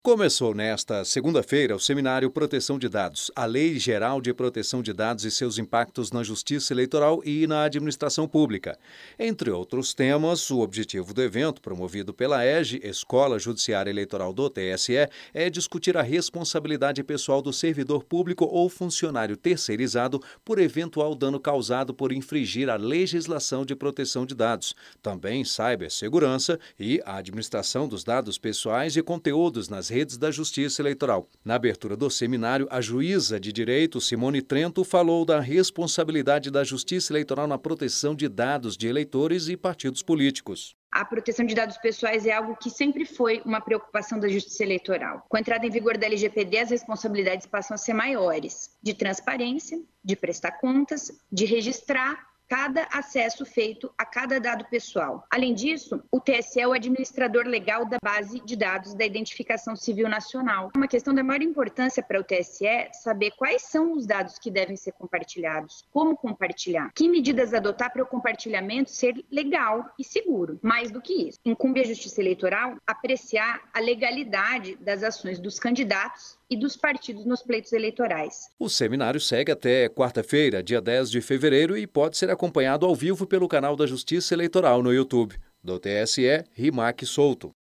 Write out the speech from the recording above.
Começou nesta segunda-feira o seminário Proteção de Dados, a Lei Geral de Proteção de Dados e seus impactos na Justiça Eleitoral e na administração pública. Entre outros temas, o objetivo do evento, promovido pela EJE, Escola Judiciária Eleitoral do TSE, é discutir a responsabilidade pessoal do servidor público ou funcionário terceirizado por eventual dano causado por infringir a legislação de proteção de dados, também cibersegurança e a administração dos dados pessoais e conteúdos nas redes da Justiça Eleitoral. Na abertura do seminário, a juíza de direito Simone Trento falou da responsabilidade da Justiça Eleitoral na proteção de dados de eleitores e partidos políticos. A proteção de dados pessoais é algo que sempre foi uma preocupação da Justiça Eleitoral. Com a entrada em vigor da LGPD, as responsabilidades passam a ser maiores, de transparência, de prestar contas, de registrar cada acesso feito a cada dado pessoal. Além disso, o TSE é o administrador legal da base de dados da Identificação Civil Nacional. Uma questão da maior importância para o TSE é saber quais são os dados que devem ser compartilhados, como compartilhar, que medidas adotar para o compartilhamento ser legal e seguro. Mais do que isso, incumbe à Justiça Eleitoral apreciar a legalidade das ações dos candidatos e dos partidos nos pleitos eleitorais. O seminário segue até quarta-feira, dia 10 de fevereiro, e pode ser acompanhado ao vivo pelo canal da Justiça Eleitoral no YouTube. Do TSE, Rimac Souto.